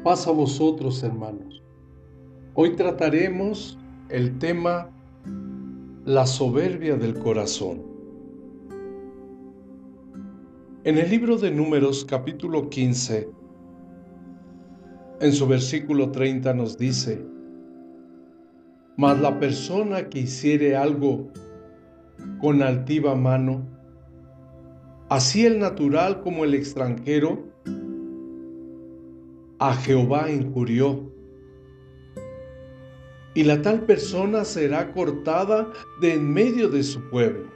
Paz a vosotros, hermanos. Hoy trataremos el tema la soberbia del corazón. En el libro de Números, capítulo 15, en su versículo 30 nos dice: Mas la persona que hiciere algo con altiva mano, así el natural como el extranjero, a Jehová injurió, y la tal persona será cortada de en medio de su pueblo.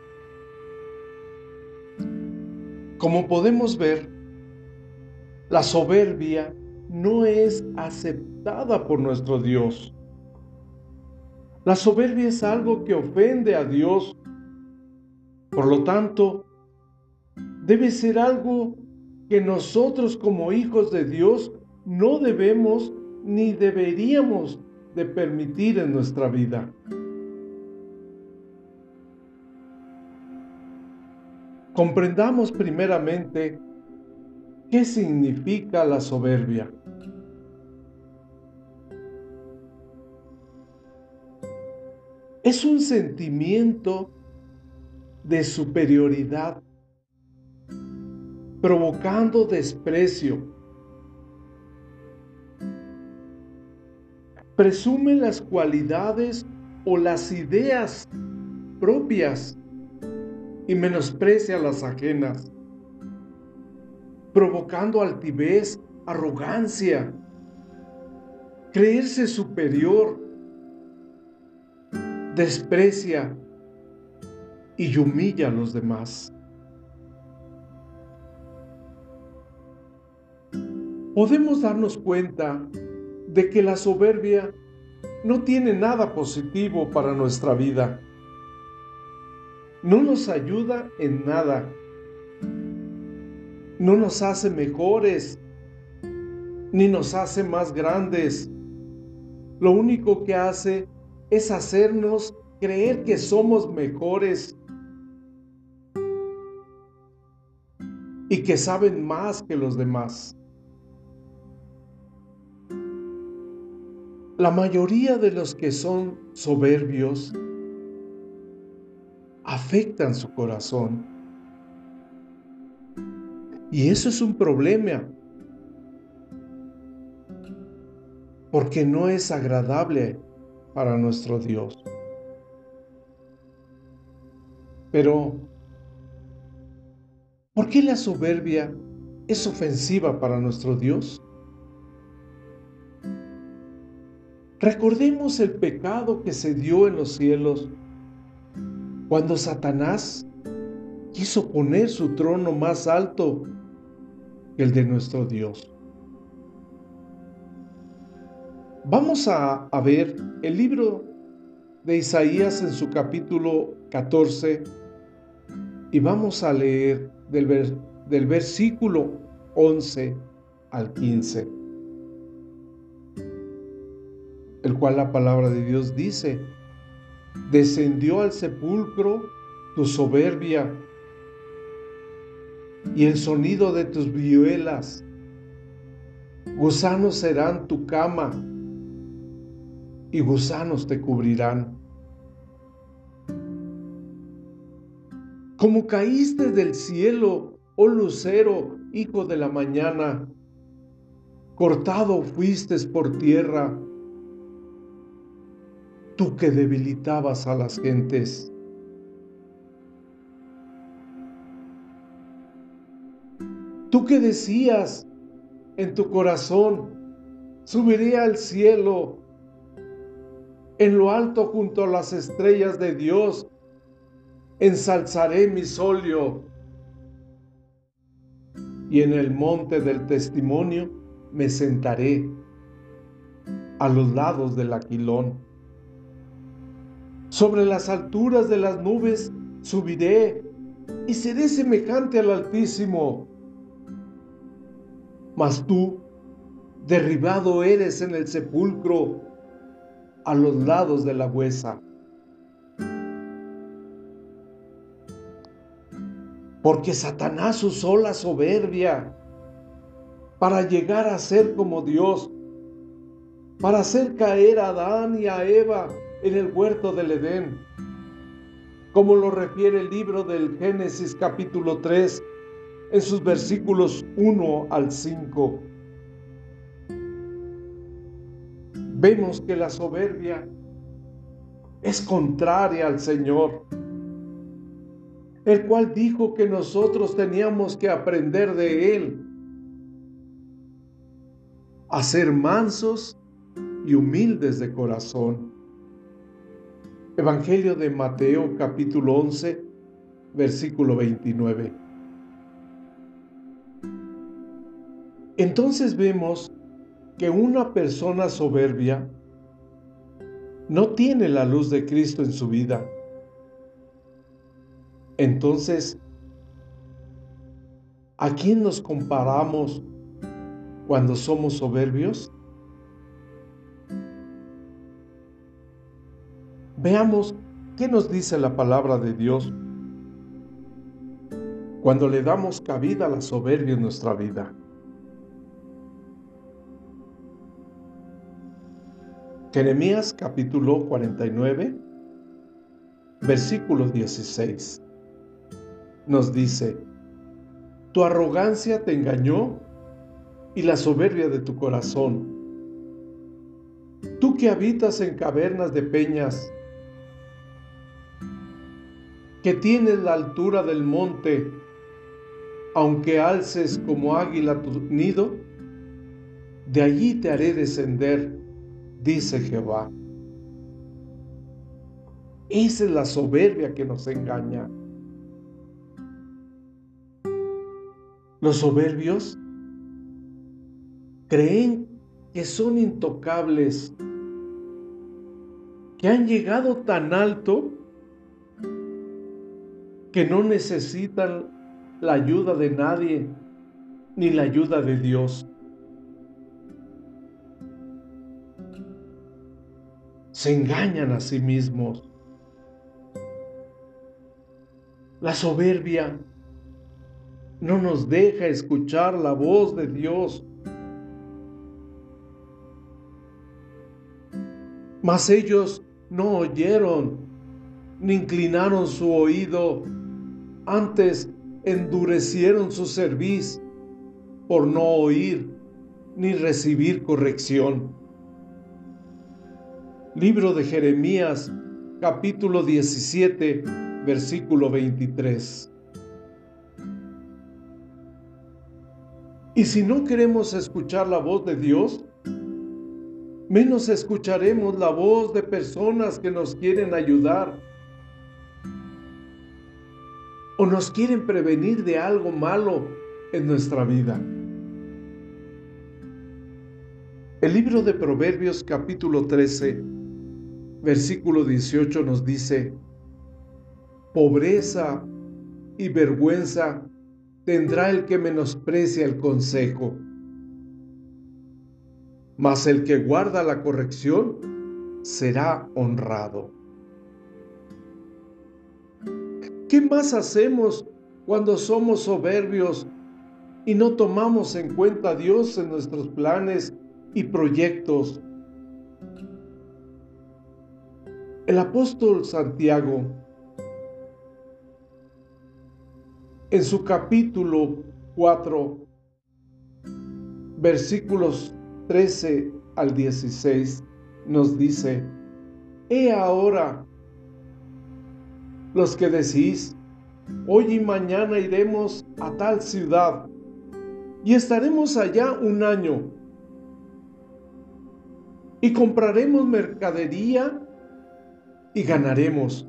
Como podemos ver, la soberbia no es aceptada por nuestro Dios. La soberbia es algo que ofende a Dios. Por lo tanto, debe ser algo que nosotros como hijos de Dios no debemos ni deberíamos de permitir en nuestra vida. Comprendamos primeramente qué significa la soberbia. Es un sentimiento de superioridad, provocando desprecio. Presume las cualidades o las ideas propias y menosprecia las ajenas, provocando altivez, arrogancia, creerse superior, desprecia y humilla a los demás. Podemos darnos cuenta de que la soberbia no tiene nada positivo para nuestra vida. No nos ayuda en nada. No nos hace mejores, ni nos hace más grandes. Lo único que hace es hacernos creer que somos mejores y que saben más que los demás. La mayoría de los que son soberbios afectan su corazón. Y eso es un problema, porque no es agradable para nuestro Dios. Pero, ¿por qué la soberbia es ofensiva para nuestro Dios? Recordemos el pecado que se dio en los cielos cuando Satanás quiso poner su trono más alto que el de nuestro Dios. Vamos a ver el libro de Isaías en su capítulo 14 y vamos a leer del versículo 11 al 15, el cual la palabra de Dios dice: Descendió al sepulcro tu soberbia y el sonido de tus vihuelas. Gusanos serán tu cama y gusanos te cubrirán. Como caíste del cielo, oh lucero, hijo de la mañana, cortado fuiste por tierra, tú que debilitabas a las gentes. Tú que decías en tu corazón: subiré al cielo, en lo alto junto a las estrellas de Dios, ensalzaré mi solio, y en el monte del testimonio me sentaré a los lados del aquilón. Sobre las alturas de las nubes subiré y seré semejante al Altísimo. Mas tú, derribado eres en el sepulcro, a los lados de la huesa. Porque Satanás usó la soberbia para llegar a ser como Dios, para hacer caer a Adán y a Eva en el huerto del Edén, como lo refiere el libro del Génesis capítulo 3, en sus versículos 1 al 5. Vemos que la soberbia es contraria al Señor, el cual dijo que nosotros teníamos que aprender de Él a ser mansos y humildes de corazón. Evangelio de Mateo capítulo 11, versículo 29. Entonces vemos que una persona soberbia no tiene la luz de Cristo en su vida. Entonces, ¿a quién nos comparamos cuando somos soberbios? Veamos qué nos dice la palabra de Dios cuando le damos cabida a la soberbia en nuestra vida. Jeremías capítulo 49, versículo 16. Nos dice: tu arrogancia te engañó y la soberbia de tu corazón. Tú que habitas en cavernas de peñas, que tienes la altura del monte, aunque alces como águila tu nido, de allí te haré descender, dice Jehová. Esa es la soberbia que nos engaña. Los soberbios creen que son intocables, que han llegado tan alto que no necesitan la ayuda de nadie ni la ayuda de Dios. Se engañan a sí mismos. La soberbia no nos deja escuchar la voz de Dios. Mas ellos no oyeron, ni inclinaron su oído, antes endurecieron su cerviz por no oír ni recibir corrección. Libro de Jeremías, capítulo 17, versículo 23. Y si no queremos escuchar la voz de Dios, menos escucharemos la voz de personas que nos quieren ayudar o nos quieren prevenir de algo malo en nuestra vida. El libro de Proverbios capítulo 13, versículo 18 nos dice: pobreza y vergüenza tendrá el que menosprecia el consejo, mas el que guarda la corrección será honrado. ¿Qué más hacemos cuando somos soberbios y no tomamos en cuenta a Dios en nuestros planes y proyectos? El apóstol Santiago, en su capítulo 4, versículos 13 al 16, nos dice: he ahora los que decís, hoy y mañana iremos a tal ciudad y estaremos allá un año y compraremos mercadería y ganaremos.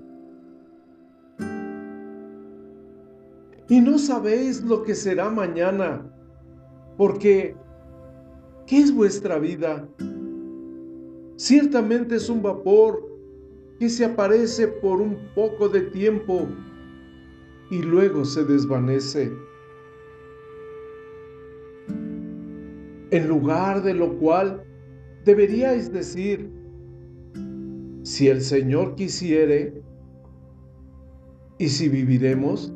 Y no sabéis lo que será mañana, porque ¿qué es vuestra vida? Ciertamente es un vapor que se aparece por un poco de tiempo y luego se desvanece. En lugar de lo cual deberíais decir: si el Señor quisiere, y si viviremos,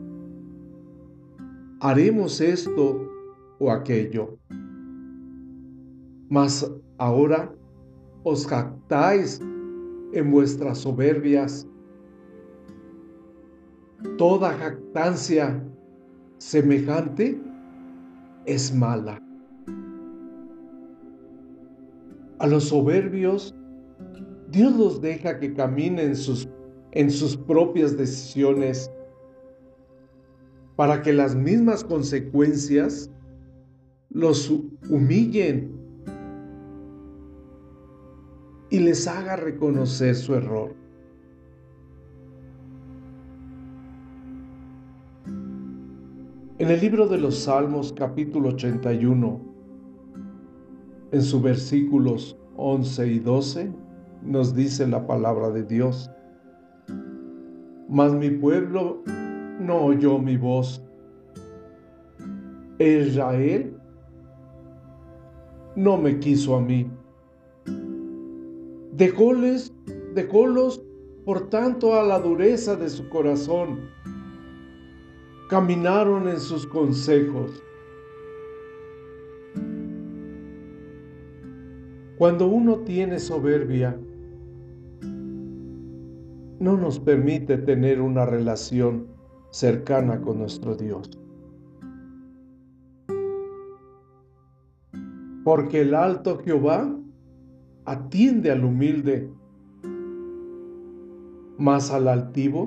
haremos esto o aquello. Mas ahora os jactáis en vuestras soberbias. Toda jactancia semejante es mala. A los soberbios, Dios los deja que caminen en sus propias decisiones para que las mismas consecuencias los humillen y les haga reconocer su error. En el libro de los Salmos, capítulo 81, en sus versículos 11 y 12, nos dice la palabra de Dios: Mas mi pueblo no oyó mi voz. Israel no me quiso a mí. Dejólos por tanto a la dureza de su corazón. Caminaron en sus consejos. Cuando uno tiene soberbia, no nos permite tener una relación cercana con nuestro Dios. Porque el alto Jehová atiende al humilde, mas al altivo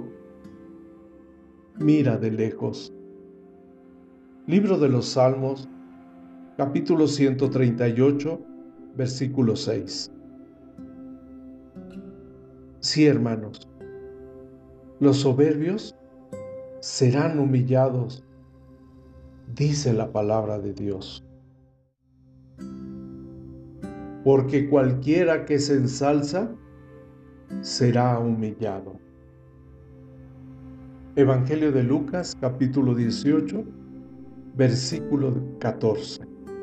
mira de lejos. Libro de los Salmos, capítulo 138, versículo 6. Sí, hermanos, los soberbios serán humillados, dice la palabra de Dios. Porque cualquiera que se ensalza será humillado. Evangelio de Lucas, capítulo 18, versículo 14.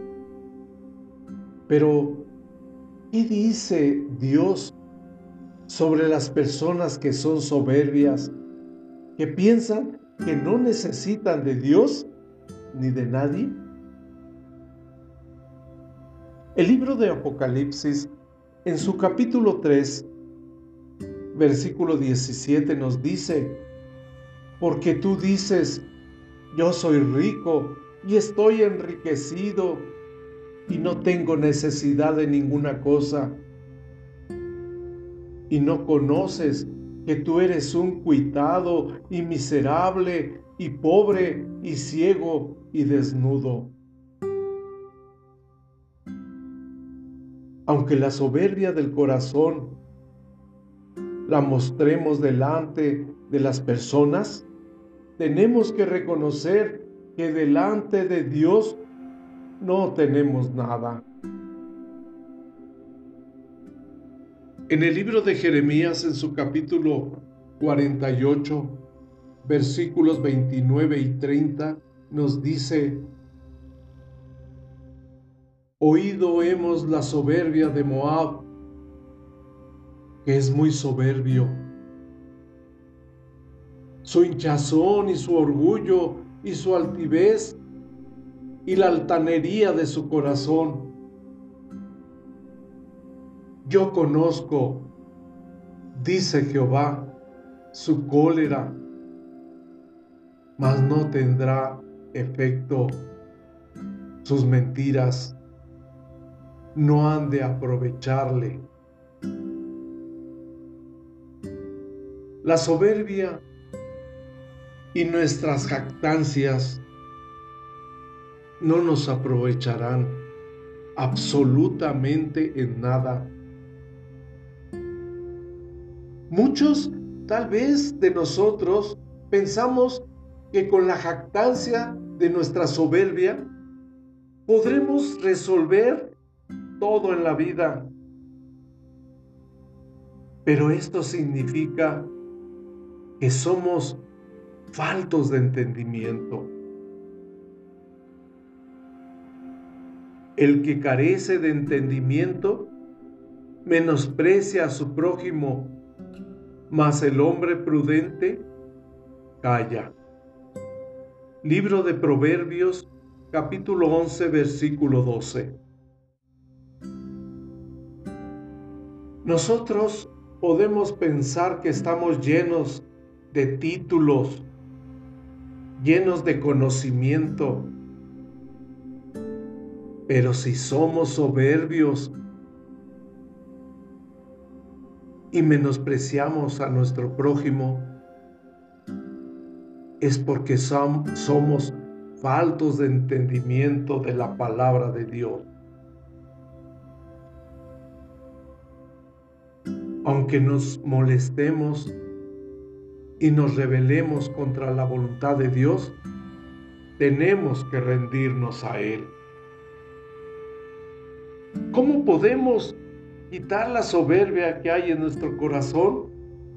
Pero, ¿qué dice Dios sobre las personas que son soberbias, que piensan que no necesitan de Dios ni de nadie? El libro de Apocalipsis, en su capítulo 3, versículo 17, nos dice: Porque tú dices, yo soy rico y estoy enriquecido y no tengo necesidad de ninguna cosa, y no conoces que tú eres un cuitado y miserable y pobre y ciego y desnudo. Aunque la soberbia del corazón la mostremos delante de las personas, tenemos que reconocer que delante de Dios no tenemos nada. En el libro de Jeremías, en su capítulo 48, versículos 29 y 30, nos dice: Oído hemos la soberbia de Moab, que es muy soberbio. Su hinchazón y su orgullo y su altivez y la altanería de su corazón. Yo conozco, dice Jehová, su cólera, mas no tendrá efecto. Sus mentiras no han de aprovecharle. La soberbia y nuestras jactancias no nos aprovecharán absolutamente en nada. Muchos, tal vez de nosotros, pensamos que con la jactancia de nuestra soberbia podremos resolver todo en la vida. Pero esto significa que somos faltos de entendimiento. El que carece de entendimiento menosprecia a su prójimo, mas el hombre prudente calla. Libro de Proverbios, capítulo 11, versículo 12. Nosotros podemos pensar que estamos llenos de títulos, llenos de conocimiento, pero si somos soberbios y menospreciamos a nuestro prójimo, es porque somos faltos de entendimiento de la palabra de Dios. Aunque nos molestemos y nos rebelemos contra la voluntad de Dios, tenemos que rendirnos a Él. ¿Cómo podemos quitar la soberbia que hay en nuestro corazón?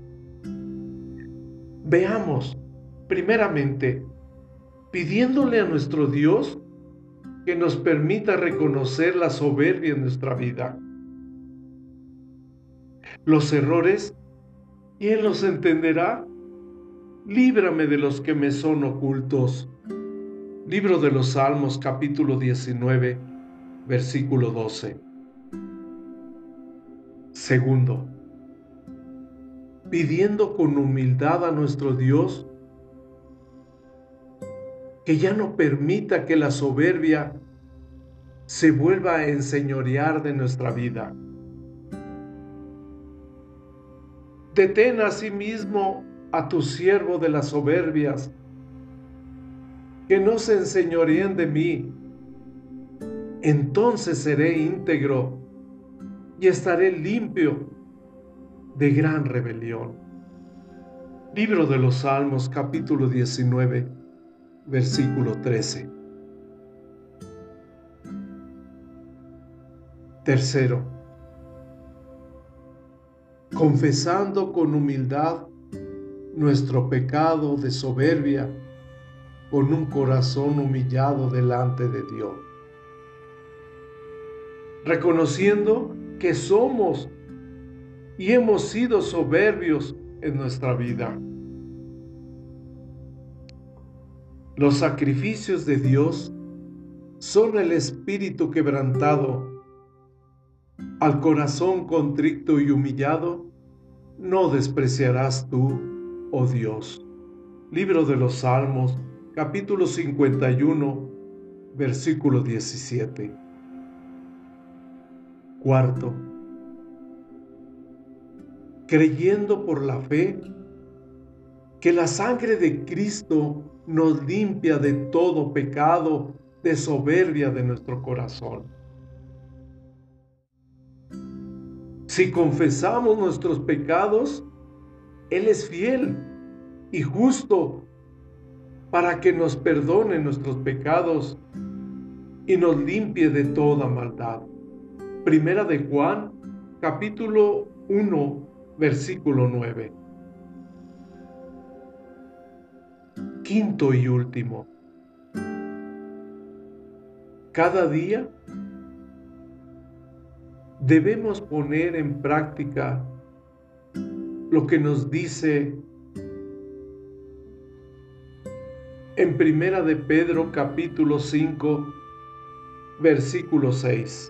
Veamos, primeramente, pidiéndole a nuestro Dios que nos permita reconocer la soberbia en nuestra vida. Los errores, y Él los entenderá. Líbrame de los que me son ocultos. Libro de los Salmos, capítulo 19, versículo 12. Segundo, pidiendo con humildad a nuestro Dios que ya no permita que la soberbia se vuelva a enseñorear de nuestra vida. Detén asimismo a tu siervo de las soberbias, que no se enseñoreen de mí. Entonces seré íntegro y estaré limpio de gran rebelión. Libro de los Salmos, capítulo 19, versículo 13. Tercero, confesando con humildad nuestro pecado de soberbia, con un corazón humillado delante de Dios, reconociendo que somos y hemos sido soberbios en nuestra vida. Los sacrificios de Dios son el espíritu quebrantado. Al corazón contrito y humillado no despreciarás tú, oh Dios. Libro de los Salmos, capítulo 51, versículo 17. Cuarto, creyendo por la fe que la sangre de Cristo nos limpia de todo pecado, de soberbia de nuestro corazón. Si confesamos nuestros pecados, Él es fiel y justo para que nos perdone nuestros pecados y nos limpie de toda maldad. Primera de Juan, capítulo 1, versículo 9. Quinto y último, cada día debemos poner en práctica lo que nos dice en Primera de Pedro, capítulo 5, versículo 6.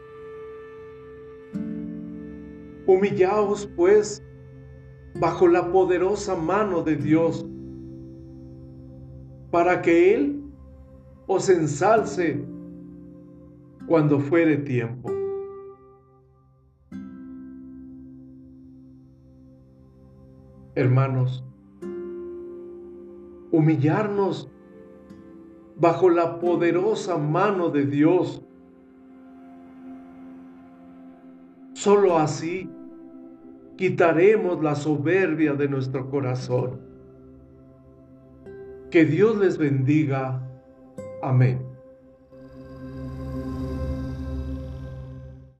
Humillaos, pues, bajo la poderosa mano de Dios, para que Él os ensalce cuando fuere tiempo. Hermanos, humillarnos bajo la poderosa mano de Dios. Solo así quitaremos la soberbia de nuestro corazón. Que Dios les bendiga. Amén.